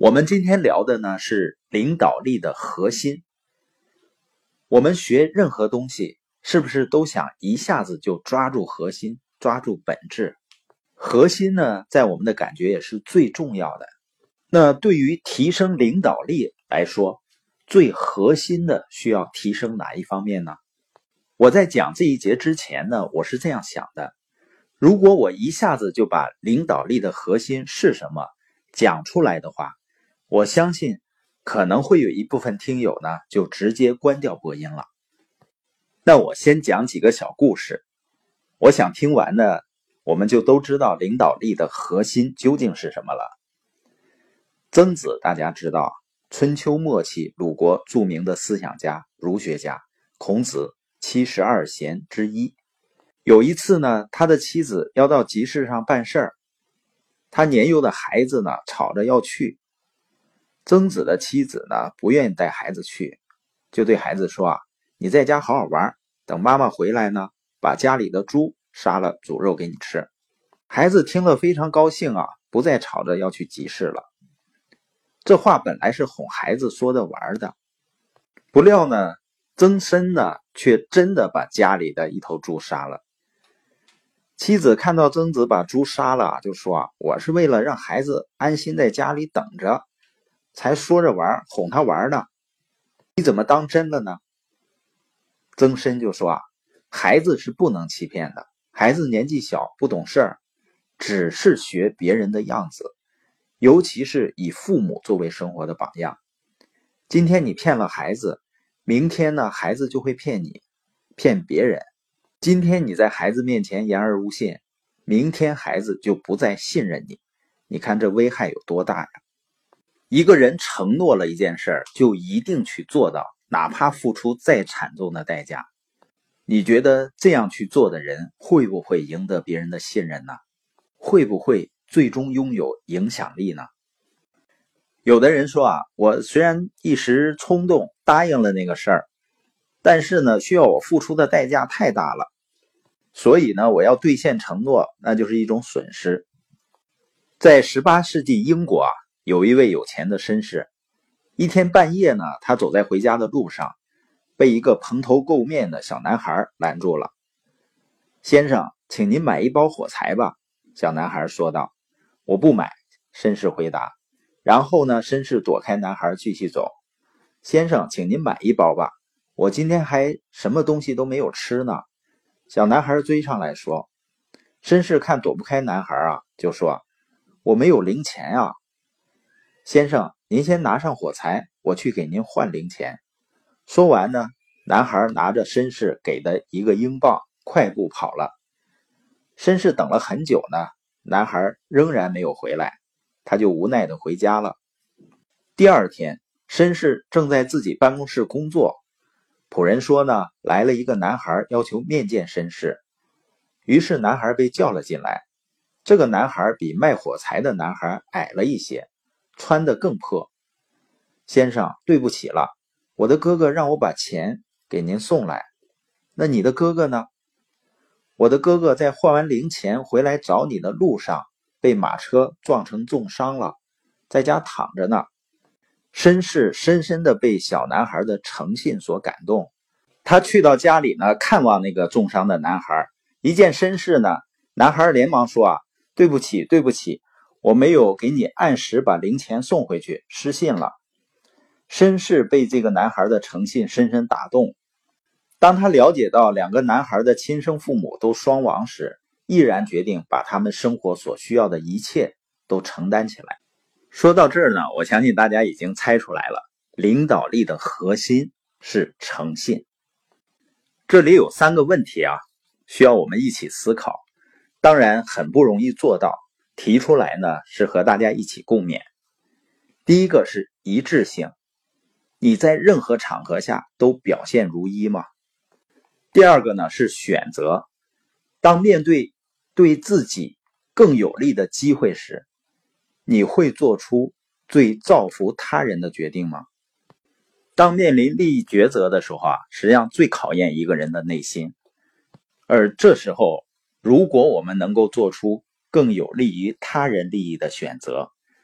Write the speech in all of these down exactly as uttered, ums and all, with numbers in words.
我们今天聊的呢是领导力的核心。我们学任何东西，是不是都想一下子就抓住核心，抓住本质？核心呢，在我们的感觉也是最重要的。那对于提升领导力来说，最核心的需要提升哪一方面呢？我在讲这一节之前呢，我是这样想的：如果我一下子就把领导力的核心是什么讲出来的话，我相信可能会有一部分听友呢就直接关掉播音了。那我先讲几个小故事，我想听完呢，我们就都知道领导力的核心究竟是什么了。曾子大家知道，春秋末期鲁国著名的思想家、儒学家，孔子七十二贤之一。有一次呢，他的妻子要到集市上办事儿，他年幼的孩子呢吵着要去。曾子的妻子呢不愿意带孩子去，就对孩子说啊，你在家好好玩，等妈妈回来呢，把家里的猪杀了煮肉给你吃。孩子听了非常高兴啊，不再吵着要去集市了。这话本来是哄孩子说的玩的，不料呢，曾参呢却真的把家里的一头猪杀了。妻子看到曾子把猪杀了，就说啊，我是为了让孩子安心在家里等着，才说着玩，哄他玩的，你怎么当真了呢？曾参就说啊，孩子是不能欺骗的，孩子年纪小不懂事儿，只是学别人的样子，尤其是以父母作为生活的榜样。今天你骗了孩子，明天呢孩子就会骗你，骗别人。今天你在孩子面前言而无信，明天孩子就不再信任你，你看这危害有多大呀？一个人承诺了一件事，就一定去做到，哪怕付出再惨重的代价。你觉得这样去做的人会不会赢得别人的信任呢？会不会最终拥有影响力呢？有的人说啊，我虽然一时冲动答应了那个事儿，但是呢，需要我付出的代价太大了，所以呢，我要兑现承诺，那就是一种损失。在十八世纪英国啊，有一位有钱的绅士，一天半夜呢，他走在回家的路上，被一个蓬头垢面的小男孩拦住了。先生，请您买一包火柴吧，小男孩说道。我不买，绅士回答。然后呢，绅士躲开男孩继续走。先生，请您买一包吧，我今天还什么东西都没有吃呢。小男孩追上来说。绅士看躲不开男孩啊，就说，我没有零钱啊。先生，您先拿上火柴，我去给您换零钱。说完呢，男孩拿着绅士给的一个英镑，快步跑了。绅士等了很久呢，男孩仍然没有回来，他就无奈的回家了。第二天，绅士正在自己办公室工作，仆人说呢，来了一个男孩要求面见绅士，于是男孩被叫了进来。这个男孩比卖火柴的男孩矮了一些，穿得更破。先生，对不起了，我的哥哥让我把钱给您送来。那你的哥哥呢？我的哥哥在换完零钱回来找你的路上，被马车撞成重伤了，在家躺着呢。绅士深深地被小男孩的诚信所感动，他去到家里呢，看望那个重伤的男孩。一见绅士呢，男孩连忙说啊，对不起对不起，我没有给你按时把零钱送回去，失信了。绅士被这个男孩的诚信深深打动，当他了解到两个男孩的亲生父母都双亡时，毅然决定把他们生活所需要的一切都承担起来。说到这儿呢，我相信大家已经猜出来了，领导力的核心是诚信。这里有三个问题啊，需要我们一起思考，当然很不容易做到，提出来呢是和大家一起共勉。第一个是一致性，你在任何场合下都表现如一吗？第二个呢是选择，当面对对自己更有利的机会时，你会做出最造福他人的决定吗？当面临利益抉择的时候啊，实际上最考验一个人的内心。而这时候，如果我们能够做出更有利于他人利益的选择，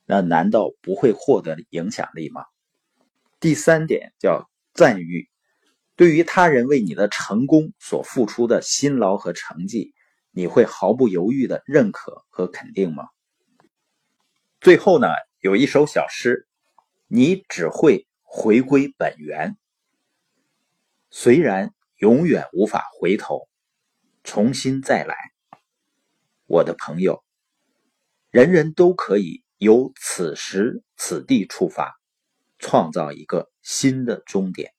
那难道不会获得影响力吗？第三点叫赞誉，对于他人为你的成功所付出的辛劳和成绩，你会毫不犹豫的认可和肯定吗？最后呢，有一首小诗，你只会回归本源，虽然永远无法回头，重新再来。我的朋友，人人都可以由此时此地出发，创造一个新的终点。